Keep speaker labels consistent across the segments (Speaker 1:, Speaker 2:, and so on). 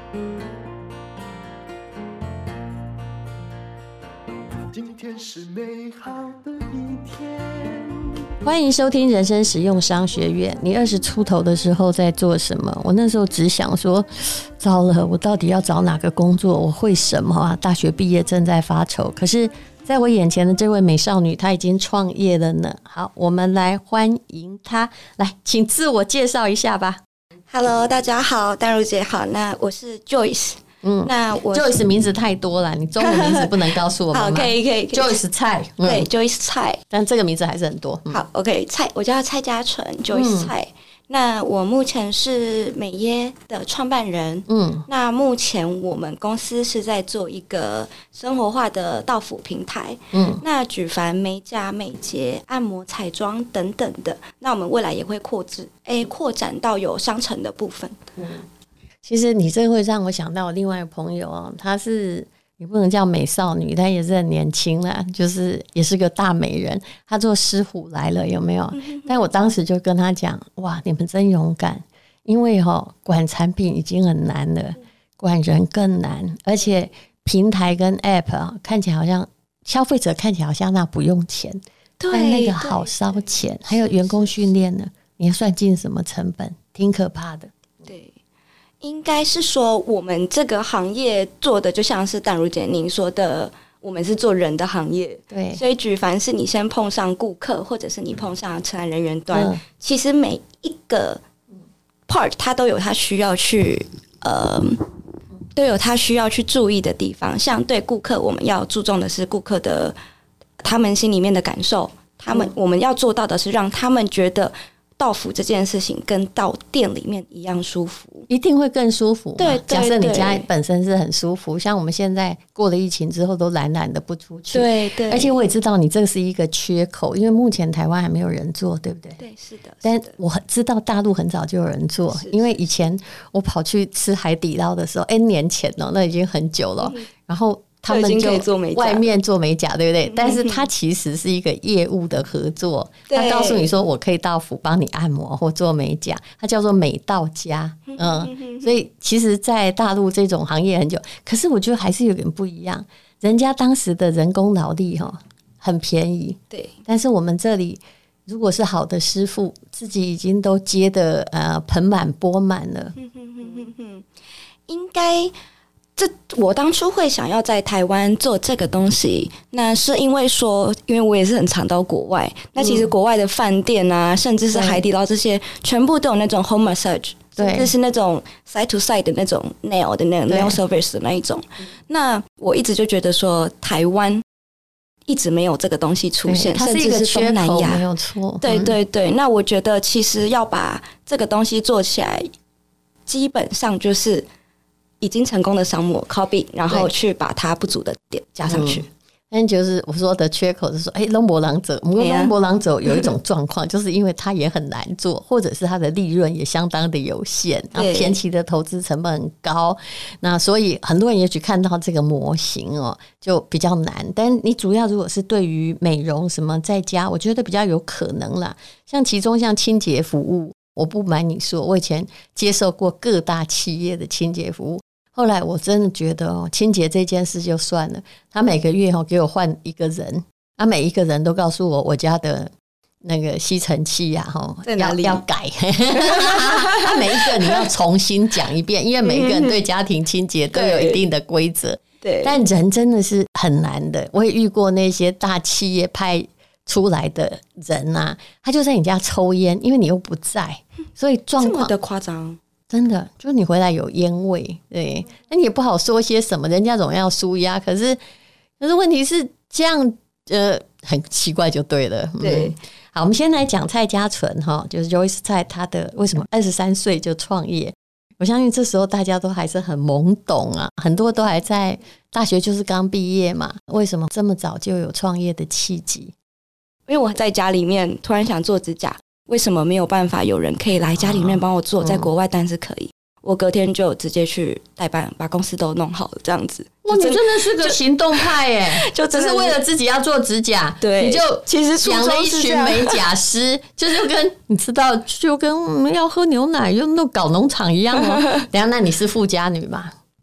Speaker 1: 今天是美好的一天。
Speaker 2: 欢迎收听人生实用商学院。你20出头的时候在做什么？我那时候只想说，糟了，我到底要找哪个工作？我会什么啊？大学毕业正在发愁。可是在我眼前的这位美少女，她已经创业了呢。好，我们来欢迎她。来，请自我介绍一下吧。
Speaker 3: Hello， 大家好，淡如姐好。那我是 Joyce。那我
Speaker 2: Joyce 名字太多了，你中文名字不能告诉我们吗？
Speaker 3: 好，可以。
Speaker 2: Joyce 蔡，
Speaker 3: 对，Joyce 蔡，
Speaker 2: 但这个名字还是很多。
Speaker 3: 好 ，OK， 蔡，我叫蔡嘉纯 ，Joyce 蔡。那我目前是美耶的创办人。那目前我们公司是在做一个生活化的到府平台。那举凡美甲、美睫、按摩、彩妆等等的，那我们未来也会扩展到有商城的部分。
Speaker 2: 其实你这会让我想到我另外一个朋友哦，她是也不能叫美少女，她也是很年轻啦，就是也是个大美人。她做狮虎来了，有没有？但我当时就跟她讲，哇，你们真勇敢，因为管产品已经很难了，管人更难，而且平台跟 App 看起来好像消费者看起来好像那不用钱，但那个好烧钱，还有员工训练呢，你要算进什么成本，挺可怕的。
Speaker 3: 对。应该是说，我们这个行业做的就像是淡如姐您说的，我们是做人的行业，
Speaker 2: 对，
Speaker 3: 所以举凡是你先碰上顾客，或者是你碰上承揽人员端，其实每一个 part 它都有它需要去注意的地方。像对顾客，我们要注重的是顾客的他们心里面的感受，我们要做到的是让他们觉得到府这件事情跟到店里面一样舒服，
Speaker 2: 一定会更舒服。
Speaker 3: 对，
Speaker 2: 假设你家本身是很舒服，像我们现在过了疫情之后都懒懒的不出去。
Speaker 3: 对，
Speaker 2: 而且我也知道你这是一个缺口，因为目前台湾还没有人做，对不对？
Speaker 3: 对，是的。
Speaker 2: 但我知道大陆很早就有人做，因为以前我跑去吃海底捞的时候 N 年前那已经很久了，然后他们就外面做美甲，对不对？但是它其实是一个业务的合作，他告诉你说我可以到府帮你按摩或做美甲，它叫做美到家。所以其实在大陆这种行业很久，可是我觉得还是有点不一样，人家当时的人工劳力很便宜，对，但是我们这里如果是好的师傅，自己已经都接的盆满钵满了。
Speaker 3: 应该我当初会想要在台湾做这个东西，那是因为我也是很常到国外，那其实国外的饭店啊，甚至是海底捞这些，全部都有那种 home massage， 甚至是那种 side to side 的那种 nail 的那种 nail service 的那一种。那我一直就觉得说，台湾一直没有这个东西出现，
Speaker 2: 它是一个缺口，没有错。
Speaker 3: 对。那我觉得其实要把这个东西做起来，基本上就是已经成功的商模 copy， 然后去把它不足的点加上去。
Speaker 2: 但就是我说的缺口是说，龙博郎走，龙博郎走有一种状况，就是因为它也很难做，或者是它的利润也相当的有限，然后前期的投资成本很高，那所以很多人也许看到这个模型就比较难。但你主要如果是对于美容什么在家，我觉得比较有可能啦。像其中像清洁服务，我不瞒你说，我以前接受过各大企业的清洁服务。后来我真的觉得清洁这件事就算了，他每个月给我换一个人，每一个人都告诉我家的那个吸尘器要改每一个你要重新讲一遍，因为每一个人对家庭清洁都有一定的规则。对，但人真的是很难的。我也遇过那些大企业派出来的人啊，他就在你家抽烟，因为你又不在，所以状况
Speaker 3: 这么的夸张。
Speaker 2: 真的，就是你回来有烟味，对，那你也不好说些什么，人家总要抒压，可是问题是这样，很奇怪就对了。
Speaker 3: 对，
Speaker 2: 好，我们先来讲蔡嘉纯就是 Joyce 蔡，他的为什么23岁就创业？我相信这时候大家都还是很懵懂啊，很多都还在大学就是刚毕业嘛，为什么这么早就有创业的契机？
Speaker 3: 因为我在家里面突然想做指甲。为什么没有办法有人可以来家里面帮我做？在国外但是可以，我隔天就直接去代办，把公司都弄好了，这样子。
Speaker 2: 哇，你真的是个行动派耶！就只是为了自己要做指甲，
Speaker 3: 对，
Speaker 2: 你就
Speaker 3: 其实
Speaker 2: 养了一群美甲师，就跟你知道，就跟我们要喝牛奶又搞农场一样哦。等一下，那你是富家女吗？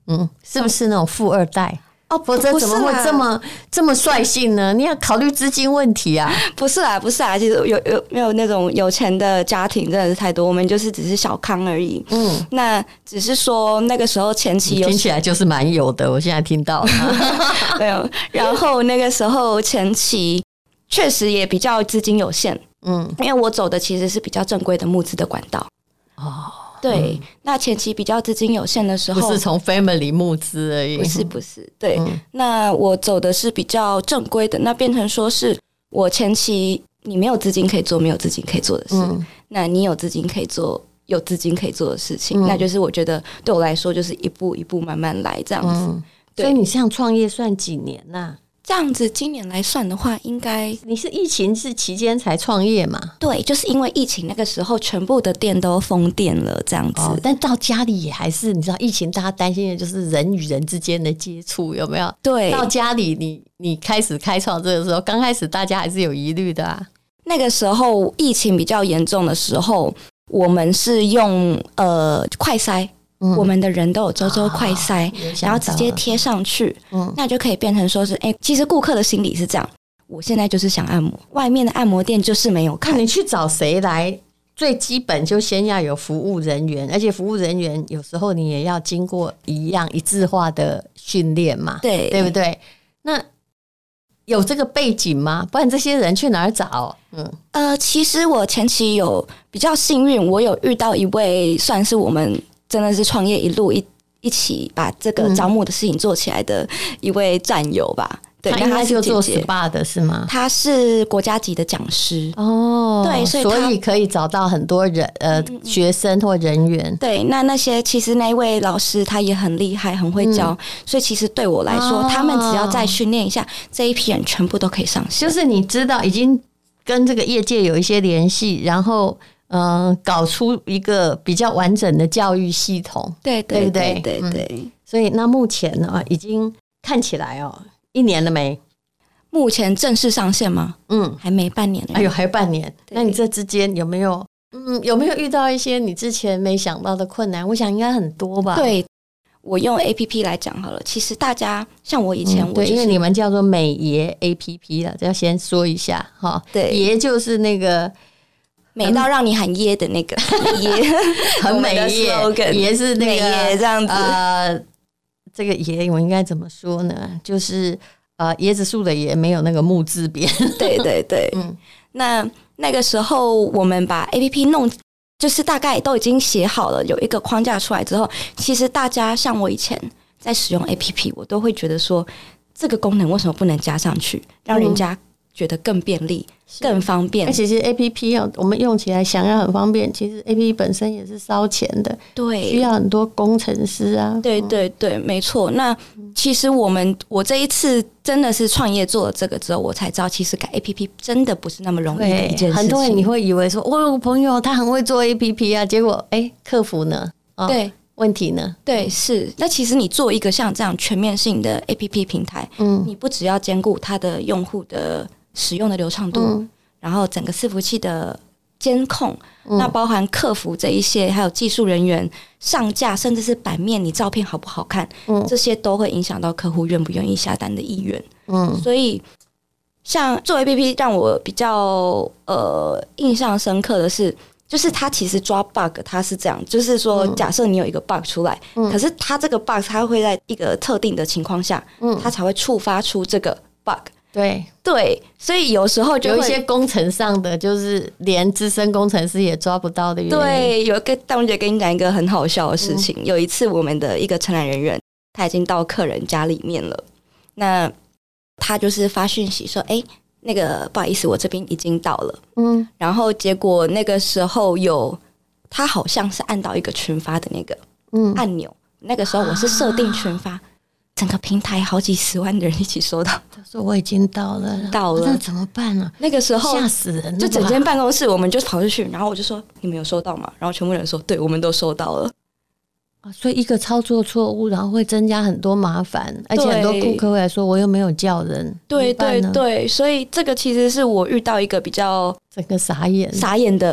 Speaker 2: 是不是那种富二代？
Speaker 3: 哦，
Speaker 2: 否则怎么会这么率性呢？你要考虑资金问题啊！
Speaker 3: 不是啦，其实没有那种有钱的家庭真的是太多，我们就是只是小康而已。那只是说那个时候前期
Speaker 2: 听起来就是蛮有的，我现在听到了
Speaker 3: 没有。然后那个时候前期确实也比较资金有限，因为我走的其实是比较正规的募资的管道。对，那前期比较资金有限的时候，
Speaker 2: 不是从 family 募资而已，
Speaker 3: 不是，对，那我走的是比较正规的，那变成说是我前期你没有资金可以做没有资金可以做的事，那你有资金可以做有资金可以做的事情，那就是我觉得对我来说就是一步一步慢慢来这样子。
Speaker 2: 所以你像创业算几年啊？
Speaker 3: 这样子今年来算的话，应该
Speaker 2: 你是疫情期间才创业嘛？
Speaker 3: 对，就是因为疫情那个时候，全部的店都封店了，这样子。
Speaker 2: 但到家里也还是，你知道，疫情大家担心的就是人与人之间的接触，有没有？
Speaker 3: 对，
Speaker 2: 到家里你开始开创这个时候，刚开始大家还是有疑虑的啊。
Speaker 3: 那个时候疫情比较严重的时候，我们是用快筛。我们的人都有周快筛，然后直接贴上去，那就可以变成说是，其实顾客的心理是这样，我现在就是想按摩，外面的按摩店就是没有看。
Speaker 2: 那你去找谁来？最基本就先要有服务人员，而且服务人员有时候你也要经过一致化的训练嘛，对不对？那有这个背景吗？不然这些人去哪儿找？
Speaker 3: 其实我前期有比较幸运，我有遇到一位算是我们真的是创业一路一起把这个招募的事情做起来的一位战友吧。对，
Speaker 2: 他应该就做 SPA 的是吗？
Speaker 3: 他是国家级的讲师对，
Speaker 2: 所以可以找到很多人学生或人员。
Speaker 3: 对，那些其实那一位老师他也很厉害，很会教，所以其实对我来说，他们只要再训练一下，这一批人全部都可以上线。
Speaker 2: 就是你知道已经跟这个业界有一些联系，然后搞出一个比较完整的教育系统，对不对？
Speaker 3: 对。
Speaker 2: 所以那目前呢，已经看起来1年了没？
Speaker 3: 目前正式上线吗？还没半年。
Speaker 2: 哎呦，还有半年。那你这之间有没有遇到一些你之前没想到的困难？我想应该很多吧。
Speaker 3: 对，我用 APP 来讲好了。其实大家像我以前，
Speaker 2: 对，因为你们叫做美爷 APP 了，要先说一下哈。对，爷就是那个。
Speaker 3: 美到让你喊耶的那个耶，
Speaker 2: 很美耶，耶是那个
Speaker 3: 耶这样子。
Speaker 2: 这个耶我应该怎么说呢？就是椰子树的椰，没有那个木字边。
Speaker 3: 对，那个时候我们把 APP 弄，就是大概都已经写好了，有一个框架出来之后，其实大家像我以前在使用 APP， 我都会觉得说，这个功能为什么不能加上去，让人家觉得更便利、更方便。
Speaker 2: 其实 APP 我们用起来想要很方便，其实 APP 本身也是烧钱的，
Speaker 3: 对，
Speaker 2: 需要很多工程师啊。
Speaker 3: 对，没错。那其实我这一次真的是创业做了这个之后，我才知道，其实改 APP 真的不是那么容易的一件事情。
Speaker 2: 很多人你会以为说，我有个朋友他很会做 APP 啊，结果客服呢？
Speaker 3: 对。
Speaker 2: 问题呢？
Speaker 3: 对，是。那其实你做一个像这样全面性的 APP 平台，你不只要兼顾它的用户的使用的流畅度，然后整个伺服器的监控，那包含客服这一些，还有技术人员上架，甚至是版面你照片好不好看，这些都会影响到客户愿不愿意下单的意愿。所以像做 APP 让我比较印象深刻的是，就是它其实抓 bug， 它是这样，就是说，假设你有一个 bug 出来，可是它这个 bug 它会在一个特定的情况下，它才会触发出这个 bug。对，所以有时候就会
Speaker 2: 有一些工程上的，就是连资深工程师也抓不到的原因。
Speaker 3: 对，有一个大文姐跟你讲一个很好笑的事情。有一次，我们的一个承揽人员，他已经到客人家里面了，那他就是发讯息说：“那个不好意思，我这边已经到了。”然后结果那个时候他好像是按到一个群发的那个按钮，那个时候我是设定群发。整个平台好几十万的人一起收到，
Speaker 2: 他说我已经到了，那怎么办呢？
Speaker 3: 那个时候
Speaker 2: 吓死人，
Speaker 3: 就整间办公室我们就跑出去，然后我就说你们有收到吗？然后全部人说对，我们都收到了。
Speaker 2: 所以一个操作错误，然后会增加很多麻烦，而且很多顾客会来说我又没有叫人。对，
Speaker 3: 所以这个其实是我遇到一个比较
Speaker 2: 整个傻眼
Speaker 3: 的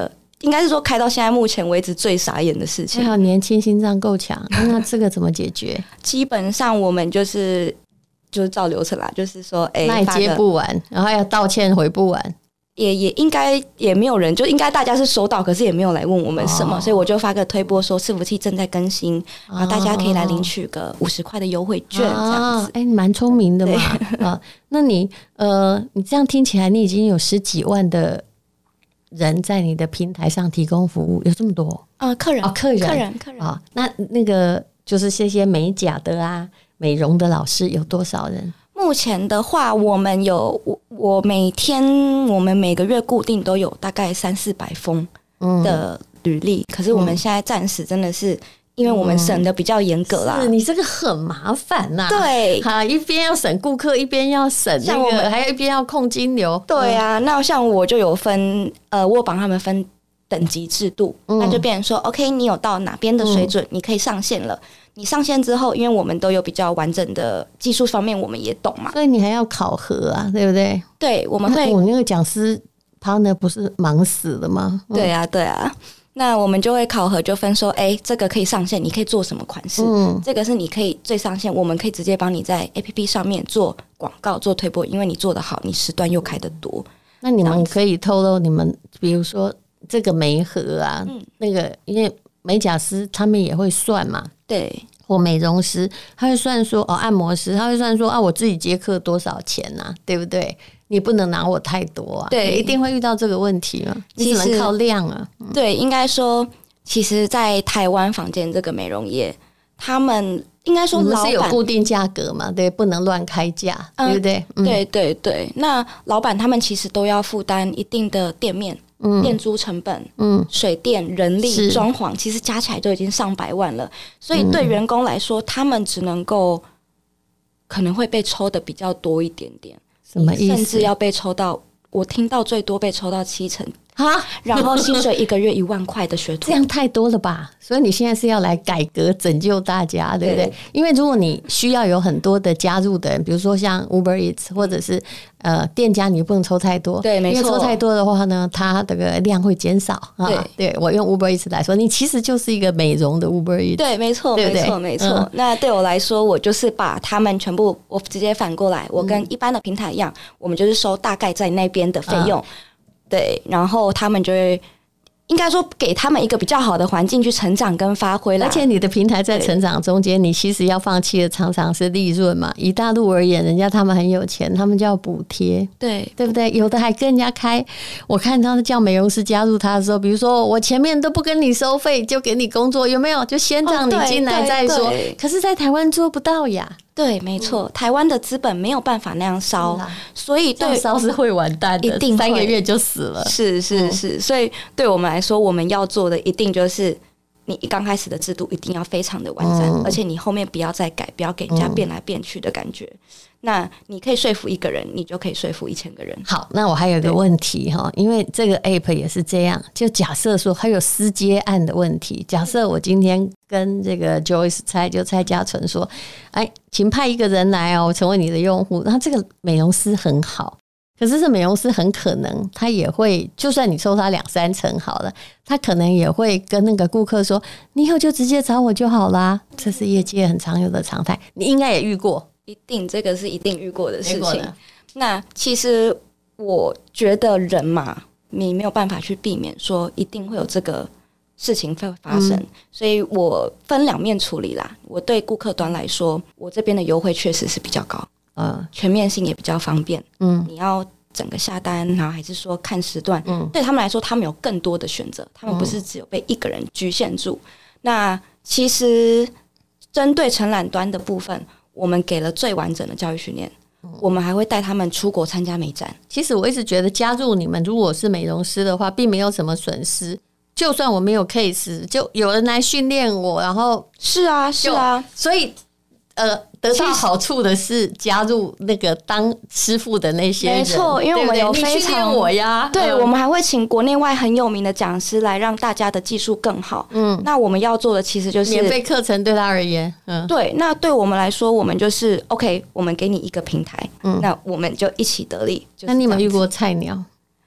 Speaker 3: 应该是说开到现在目前为止最傻眼的事情。
Speaker 2: 还好年轻，心脏够强。那这个怎么解决？
Speaker 3: 基本上我们就是照流程啦，就是说，
Speaker 2: 那接不完，然后要道歉回不完。
Speaker 3: 也应该也没有人，就应该大家是收到，可是也没有来问我们什么，所以我就发个推播说伺服器正在更新，然后大家可以来领取个50块的优惠券，这样子。
Speaker 2: 蛮聪明的嘛。那你这样听起来，你已经有10几万的人在你的平台上提供服务，有这么多？
Speaker 3: 客人
Speaker 2: 啊，那个就是这些美甲的啊、美容的老师有多少人？
Speaker 3: 目前的话，我们每个月固定都有大概300-400封的履历，可是我们现在暂时真的是因为我们审的比较严格啦。
Speaker 2: 是你这个很麻烦呐。
Speaker 3: 对，
Speaker 2: 一边要审顾客，一边要审那个，还有一边要控金流。
Speaker 3: 对啊，那像我就有分我有帮他们分等级制度，那就变成说 OK， 你有到哪边的水准，你可以上线了。你上线之后，因为我们都有比较完整的技术方面，我们也懂嘛，
Speaker 2: 所以你还要考核啊，对不对？
Speaker 3: 对，我们会。
Speaker 2: 我那个讲师 partner 不是忙死了吗？
Speaker 3: 对啊，对啊。那我们就会考核，就分说，这个可以上线，你可以做什么款式？这个是你可以最上线，我们可以直接帮你在 APP 上面做广告、做推播，因为你做得好，你时段又开得多。
Speaker 2: 那你们可以透露你们，比如说这个媒合啊，那个因为美甲师他们也会算嘛。
Speaker 3: 对，
Speaker 2: 或美容师他会算说按摩师他会算说我自己接客多少钱啊，对不对？你不能拿我太多啊，对，一定会遇到这个问题嘛，你只能靠量啊。
Speaker 3: 对，应该说，其实，在台湾坊间这个美容业，他们应该说老板
Speaker 2: 是有固定价格嘛，对，不能乱开价，对不对？
Speaker 3: 对对对，那老板他们其实都要负担一定的店面。店租成本、水电、人力、装潢，其实加起来就已经上百万了。所以对员工来说，他们只能够可能会被抽的比较多一点点，
Speaker 2: 什么意思？
Speaker 3: 甚至要被抽到，我听到最多被抽到70%。然后薪水1个月1万块的学徒，
Speaker 2: 这样太多了吧？所以你现在是要来改革拯救大家，对不对？因为如果你需要有很多的加入的人，比如说像 Uber Eats 或者是店家，你不能抽太多，
Speaker 3: 对，没错，
Speaker 2: 因为抽太多的话呢，它这个量会减少。对我用 Uber Eats 来说，你其实就是一个美容的 Uber Eats，
Speaker 3: 对，没错，没错，没错。那对我来说，我就是把他们全部，我直接反过来，我跟一般的平台一样，我们就是收大概在那边的费用。对，然后他们就会应该说给他们一个比较好的环境去成长跟发挥啦。
Speaker 2: 而且你的平台在成长中间，你其实要放弃的常常是利润嘛。以大陆而言，人家他们很有钱，他们叫补贴，对不对？有的还跟人家开，我看他叫美容师加入他的时候，比如说我前面都不跟你收费，就给你工作，有没有？就先让你进来再说。可是，在台湾做不到呀。
Speaker 3: 对，没错，台湾的资本没有办法那样烧，所以对
Speaker 2: 烧是会完蛋的，
Speaker 3: 一定
Speaker 2: 3个月就死了。
Speaker 3: 是，所以对我们来说，我们要做的一定就是你刚开始的制度一定要非常的完善，而且你后面不要再改，不要给人家变来变去的感觉。那你可以说服1个人，你就可以说服1000个人。
Speaker 2: 好，那我还有一个问题哈，因为这个 app 也是这样，就假设说还有私接案的问题。假设我今天跟这个 Joyce 蔡家纯说，请派1个人来成为你的用户。那这个美容师很好，可是这美容师很可能他也会，就算你收他2-3成好了，他可能也会跟那个顾客说，你以后就直接找我就好啦。这是业界很常有的常态，你应该也遇过。
Speaker 3: 一定，这个是一定遇过的事情。那其实我觉得人嘛，你没有办法去避免说一定会有这个事情会发生，所以我分2面处理啦。我对顾客端来说，我这边的优惠确实是比较高，全面性也比较方便。你要整个下单，然后还是说看时段，对他们来说，他们有更多的选择，他们不是只有被1个人局限住。那其实针对承揽端的部分，我们给了最完整的教育训练，我们还会带他们出国参加美展。
Speaker 2: 其实我一直觉得加入你们，如果是美容师的话，并没有什么损失。就算我没有 case， 就有人来训练我，然后
Speaker 3: 是啊，
Speaker 2: 所以得到好处的是加入那个当师傅的那些人，
Speaker 3: 没错，因为我们有非常
Speaker 2: 我呀，
Speaker 3: 对，我们还会请国内外很有名的讲师来让大家的技术更好。那我们要做的其实就是
Speaker 2: 免费课程，对他而言，
Speaker 3: 对，那对我们来说，我们就是 OK， 我们给你一个平台，那我们就一起得利。
Speaker 2: 那你有没有遇过菜鸟？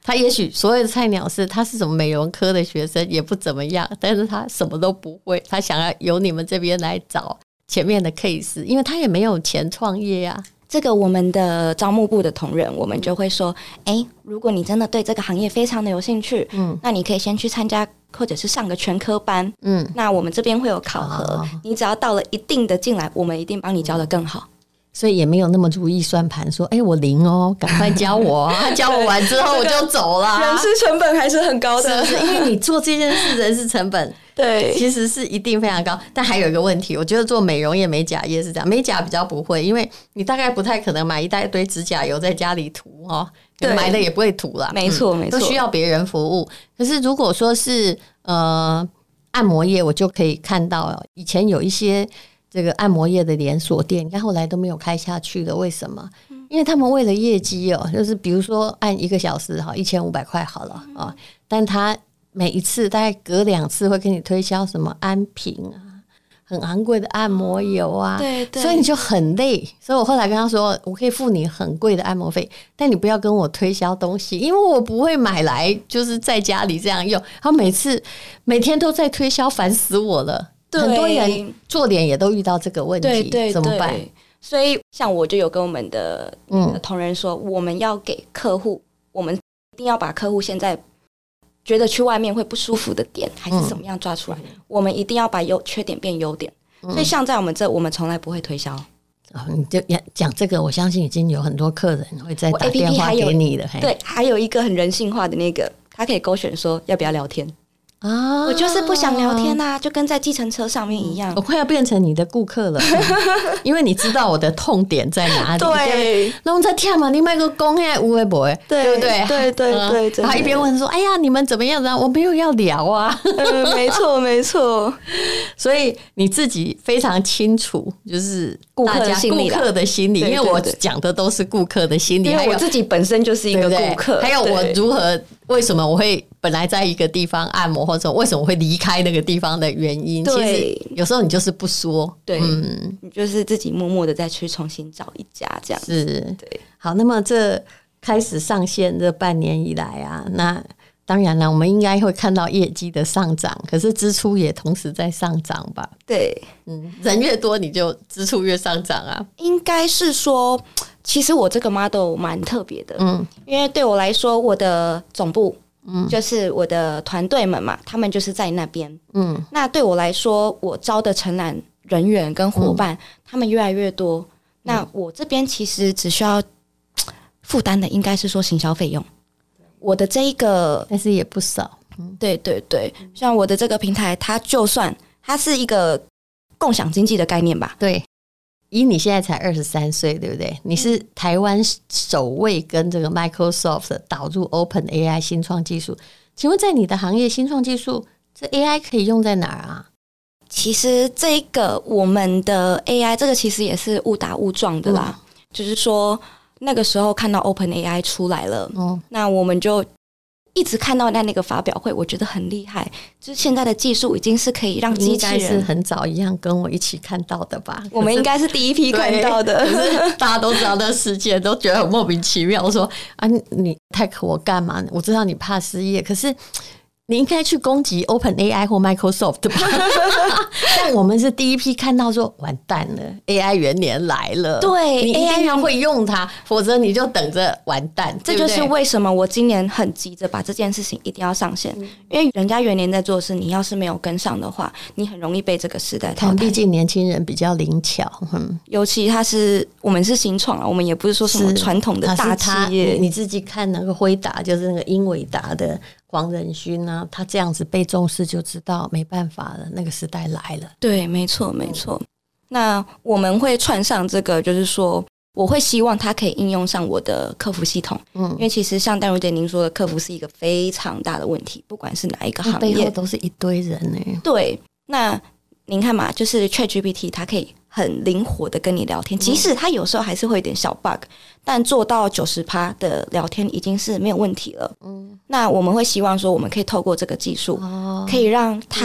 Speaker 2: 他也许所谓的菜鸟是他是什么美容科的学生也不怎么样，但是他什么都不会，他想要由你们这边来找前面的 case， 因为他也没有钱创业啊。
Speaker 3: 这个我们的招募部的同仁，我们就会说，如果你真的对这个行业非常的有兴趣，那你可以先去参加或者是上个全科班，那我们这边会有考核，你只要到了一定的进来，我们一定帮你教得更好。
Speaker 2: 所以也没有那么如意算盘说我零哦，赶快教我啊教我完之后我就走啦。
Speaker 3: 人事成本还是很高的，
Speaker 2: 是不是？因为你做这件事人事成本
Speaker 3: 对，
Speaker 2: 其实是一定非常高。但还有一个问题，我觉得做美容业美甲业是这样，美甲比较不会，因为你大概不太可能买一大堆指甲油在家里涂哦，买的也不会涂啦，
Speaker 3: 没错没错，
Speaker 2: 都需要别人服务。可是如果说是按摩业，我就可以看到以前有一些这个按摩业的连锁店，你看后来都没有开下去了，为什么？因为他们为了业绩就是比如说按1个小时1500块好了啊，但他每一次大概隔2次会给你推销什么安瓶啊，很昂贵的按摩油啊，
Speaker 3: 对对，
Speaker 2: 所以你就很累。所以我后来跟他说，我可以付你很贵的按摩费，但你不要跟我推销东西，因为我不会买来就是在家里这样用。他每天都在推销，烦死我了。很多人做脸也都遇到这个问题，对对对，怎么办？
Speaker 3: 所以像我就有跟我们的同仁说，我们要给客户，我们一定要把客户现在觉得去外面会不舒服的点还是怎么样抓出来，我们一定要把缺点变优点。所以像在我们这，我们从来不会推销。
Speaker 2: 你就讲这个，我相信已经有很多客人会再打电话给你了。
Speaker 3: 对，还有一个很人性化的那个，他可以勾选说要不要聊天。我就是不想聊天啊，就跟在计程车上面一样。
Speaker 2: 我快要变成你的顾客了，因为你知道我的痛点在哪里。
Speaker 3: 对，
Speaker 2: 那我们在跳嘛，你卖个公有微博，对不对？
Speaker 3: 对对对，
Speaker 2: 他一边问说：“哎呀，你们怎么样？”我没有要聊啊。
Speaker 3: 没错没错。
Speaker 2: 所以你自己非常清楚，就是
Speaker 3: 顾客
Speaker 2: 的心理，因为我讲的都是顾客的心理，
Speaker 3: 因为我自己本身就是一个顾客，
Speaker 2: 还有我如何。为什么我会本来在一个地方按摩，或者为什么我会离开那个地方的原因？其实有时候你就是不说，
Speaker 3: 对，你就是自己默默的再去重新找一家这样子。
Speaker 2: 是，对。好，那么这开始上线这半年以来啊，那当然了，我们应该会看到业绩的上涨，可是支出也同时在上涨吧？
Speaker 3: 对，
Speaker 2: 人越多你就支出越上涨啊。
Speaker 3: 应该是说。其实我这个 model 蛮特别的，因为对我来说，我的总部，就是我的团队们嘛，他们就是在那边，那对我来说，我招的承揽人员跟伙伴，他们越来越多，那我这边其实只需要负担的应该是说行销费用，我的这一个，
Speaker 2: 但是也不少，
Speaker 3: 对对对，像我的这个平台，它就算它是一个共享经济的概念吧，
Speaker 2: 对。以你现在才23岁，对不对？你是台湾首位跟这个 Microsoft 导入 OpenAI 新创技术。请问在你的行业，新创技术这 AI 可以用在哪儿啊？
Speaker 3: 其实这个我们的 AI 这个其实也是误打误撞的啦，就是说那个时候看到 OpenAI 出来了，那我们就一直看到那个发表会，我觉得很厉害，就是现在的技术已经是可以让机器人，
Speaker 2: 应该是很早一样跟我一起看到的吧？
Speaker 3: 我们应该是第一批看到的，
Speaker 2: 可是大家都知道那事件，都觉得很莫名其妙。我说啊，你tag我干嘛？我知道你怕失业，可是你应该去攻击 OpenAI 或 Microsoft 吧？但我们是第一批看到说，完蛋了 ，AI 元年来了，
Speaker 3: 对，
Speaker 2: 你一定要会用它，否则你就等着完蛋。
Speaker 3: 这就是为什么我今年很急着把这件事情一定要上线，因为人家元年在做的事，你要是没有跟上的话，你很容易被这个时代淘汰。
Speaker 2: 毕竟年轻人比较灵巧，
Speaker 3: 尤其我们是新创啊，我们也不是说什么传统的大企业。
Speaker 2: 你自己看那个辉达，就是那个英伟达的黄仁勋啊，他这样子被重视，就知道没办法了，那个时代来了。
Speaker 3: 对，没错没错。那我们会串上这个，就是说我会希望它可以应用上我的客服系统，因为其实像淡如姐您说的，客服是一个非常大的问题，不管是哪一个行业，
Speaker 2: 背后都是一堆人欸。
Speaker 3: 对，那您看嘛，就是 ChatGPT 它可以很灵活的跟你聊天，即使它有时候还是会有点小 bug， 但做到 90% 的聊天已经是没有问题了。那我们会希望说，我们可以透过这个技术，可以让它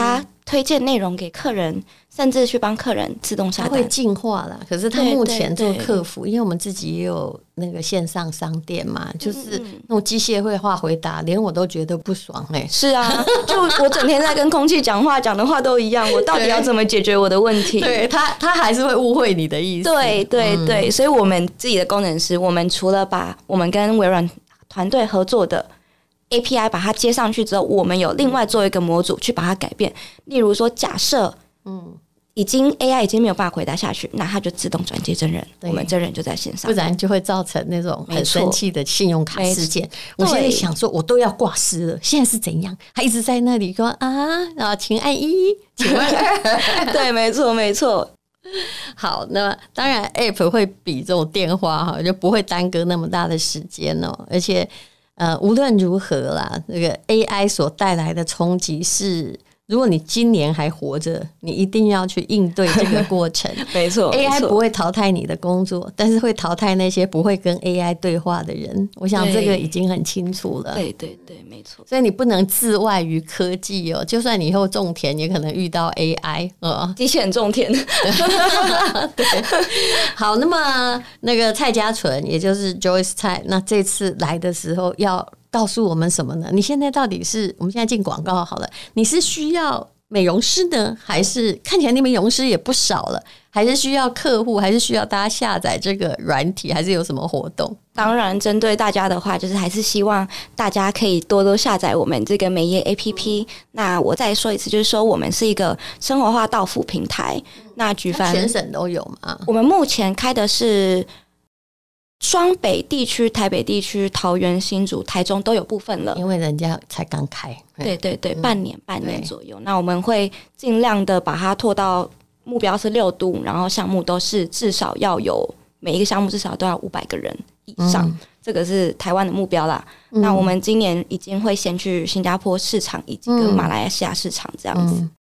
Speaker 3: 推荐内容给客人，甚至去帮客人自动下单。
Speaker 2: 它会进化啦，可是它目前做客服，因为我们自己也有那个线上商店嘛，就是那种机械会化回答，连我都觉得不爽
Speaker 3: 是啊，就我整天在跟空气讲话，讲的话都一样，我到底要怎么解决我的问题？
Speaker 2: 对他还是会误会你的意思。
Speaker 3: 对对对，所以我们自己的工程师，我们除了把我们跟微软团队合作的API 把它接上去之后，我们有另外做一个模组去把它改变。例如说，假设AI 已经没有办法回答下去，那它就自动转接真人，我们真人就在线上，
Speaker 2: 不然就会造成那种很生气的信用卡事件。我现在想说，我都要挂失了，现在是怎样？他一直在那里说啊，请按1，请按2。
Speaker 3: 对，没错没错。
Speaker 2: 好，那当然 App 会比这种电话就不会耽搁那么大的时间哦，而且无论如何啦，这个 AI 所带来的冲击是，如果你今年还活着，你一定要去应对这个过程。
Speaker 3: 没错
Speaker 2: ，AI 不会淘汰你的工作，但是会淘汰那些不会跟 AI 对话的人。我想这个已经很清楚了。
Speaker 3: 对对对，没错。
Speaker 2: 所以你不能自外于科技哦，就算你以后种田，也可能遇到 AI
Speaker 3: 机器人种田。
Speaker 2: 对，好，那么那个蔡家纯，也就是 Joyce 蔡，那这次来的时候要告诉我们什么呢？你现在到底是，我们现在进广告好了，你是需要美容师呢，还是看起来你美容师也不少了，还是需要客户，还是需要大家下载这个软体，还是有什么活动？
Speaker 3: 当然，针对大家的话，就是还是希望大家可以多多下载我们这个美业 APP。那我再说一次，就是说我们是一个生活化到府平台。那举凡
Speaker 2: 全省都有嘛？
Speaker 3: 我们目前开的是双北地区、台北地区、桃园、新竹、台中都有部分了，
Speaker 2: 因为人家才刚开。
Speaker 3: 对对对，半年左右。那我们会尽量的把它拓到目标是6都，然后项目都是至少要有每一个项目至少都要500个人以上，这个是台湾的目标啦。那我们今年已经会先去新加坡市场以及跟马来西亚市场这样子。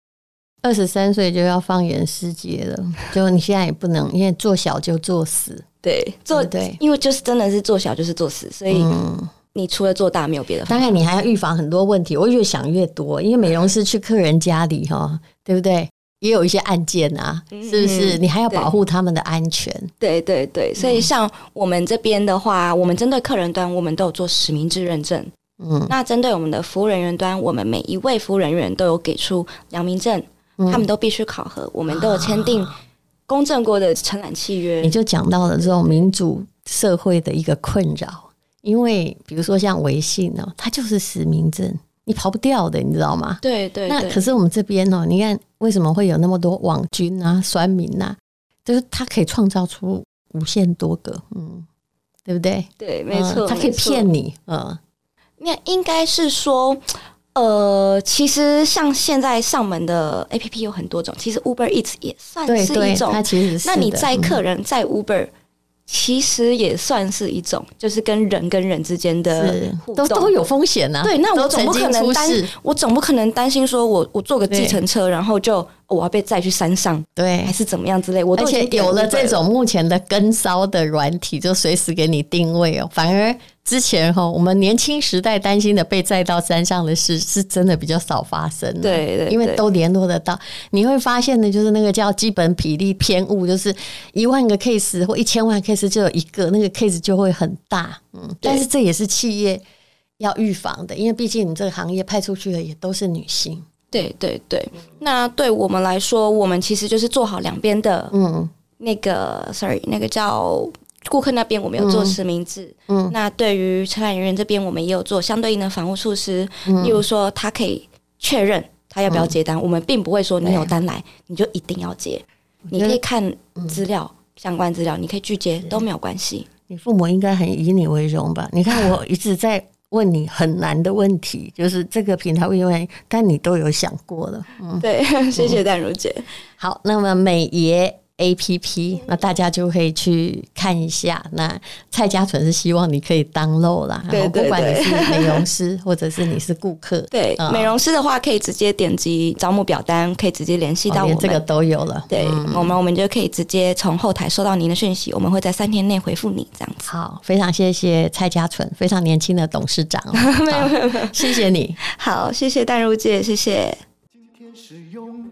Speaker 2: 23岁就要放眼世界了，就你现在也不能，因为做小就做死。
Speaker 3: 对，
Speaker 2: 对，
Speaker 3: 因为就是真的是做小就是做死，所以你除了做大没有别的方法。
Speaker 2: 当然你还要预防很多问题，我越想越多，因为美容师去客人家里对不对？也有一些案件啊，是不是？你还要保护他们的安全。
Speaker 3: 对对对，所以像我们这边的话，我们针对客人端，我们都有做实名制认证。那针对我们的服务人员端，我们每一位服务人员都有给出良民证，他们都必须考核，我们都有签订公证过的承揽契约。你
Speaker 2: 就讲到了这种民主社会的一个困扰，因为比如说像微信它就是实名制，你跑不掉的，你知道吗？
Speaker 3: 对对对。
Speaker 2: 那可是我们这边你看为什么会有那么多网军啊、酸民啊？就是他可以创造出无限多个，对不对？
Speaker 3: 对，没错，
Speaker 2: 他可以骗你，
Speaker 3: 那应该是说。其实像现在上门的 APP 有很多种，其实 Uber Eats 也算是一种。
Speaker 2: 它其实是。
Speaker 3: 那你载客人载 Uber，其实也算是一种，就是跟人之间的互动
Speaker 2: 都有风险啊。
Speaker 3: 对，那我总不可能担心说我坐个计程车，然后就我要被载去山上，对，还是怎么样之类。
Speaker 2: 而且有了这种目前的跟骚的软体，就随时给你定位反而。之前我们年轻时代担心的被载到山上的事，是真的比较少发生。
Speaker 3: 对对，
Speaker 2: 因为都联络得到。你会发现的就是那个叫基本比例偏误，就是10000个 case 或1000万 case 就有一个，那个 case 就会很大。但是这也是企业要预防的，因为毕竟你这个行业派出去的也都是女性。
Speaker 3: 对对对，那对我们来说，我们其实就是做好两边的，那个叫。顾客那边我们有做实名制，那对于承揽人员这边我们也有做相对应的防护措施，例如说他可以确认他要不要接单，我们并不会说你有单来你就一定要接，你可以看资料，相关资料你可以拒接都没有关系。
Speaker 2: 你父母应该很以你为荣吧？你看我一直在问你很难的问题，就是这个平台为什么，但你都有想过了。
Speaker 3: 对，谢谢淡如姐。
Speaker 2: 好，那么美爷APP， 那大家就可以去看一下。那蔡家纯是希望你可以download啦，
Speaker 3: 对对对，
Speaker 2: 不管你是美容师或者是你是顾客，
Speaker 3: 对，美容师的话可以直接点击招募表单，可以直接联系到我们，
Speaker 2: 这个都有了。
Speaker 3: 对，我们就可以直接从后台收到您的讯息，我们会在3天内回复你，这样子。
Speaker 2: 好，非常谢谢蔡家纯，非常年轻的董事长。
Speaker 3: 没有，
Speaker 2: 谢谢你。
Speaker 3: 好，谢谢淡如姐，谢谢。
Speaker 1: 今天是用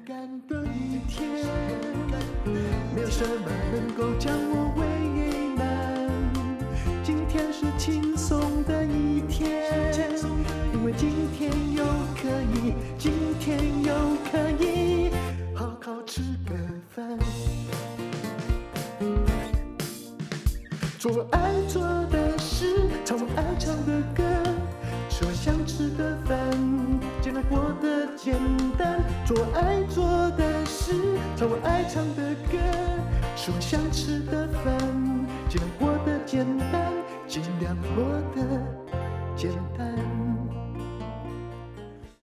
Speaker 1: 什么能够将我为难？今天是轻松的一天，因为今天又可以，今天又可以好好吃个饭。做爱做的事，唱我爱唱的歌，吃我想吃的饭，尽量过得简单。做爱做的事，唱我爱唱的歌，吃我想吃的饭，尽量过得简单，尽量过得简单。